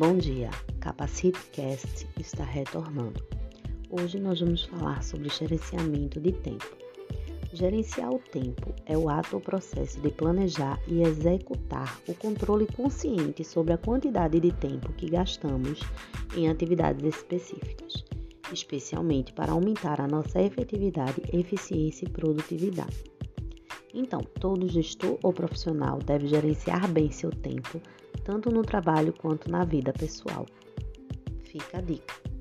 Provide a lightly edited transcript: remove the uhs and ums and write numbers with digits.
Bom dia, CapaciteCast está retornando. Hoje nós vamos falar sobre gerenciamento de tempo. Gerenciar o tempo é o ato ou processo de planejar e executar o controle consciente sobre a quantidade de tempo que gastamos em atividades específicas, especialmente para aumentar a nossa efetividade, eficiência e produtividade. Então, todo gestor ou profissional deve gerenciar bem seu tempo, tanto no trabalho quanto na vida pessoal. Fica a dica.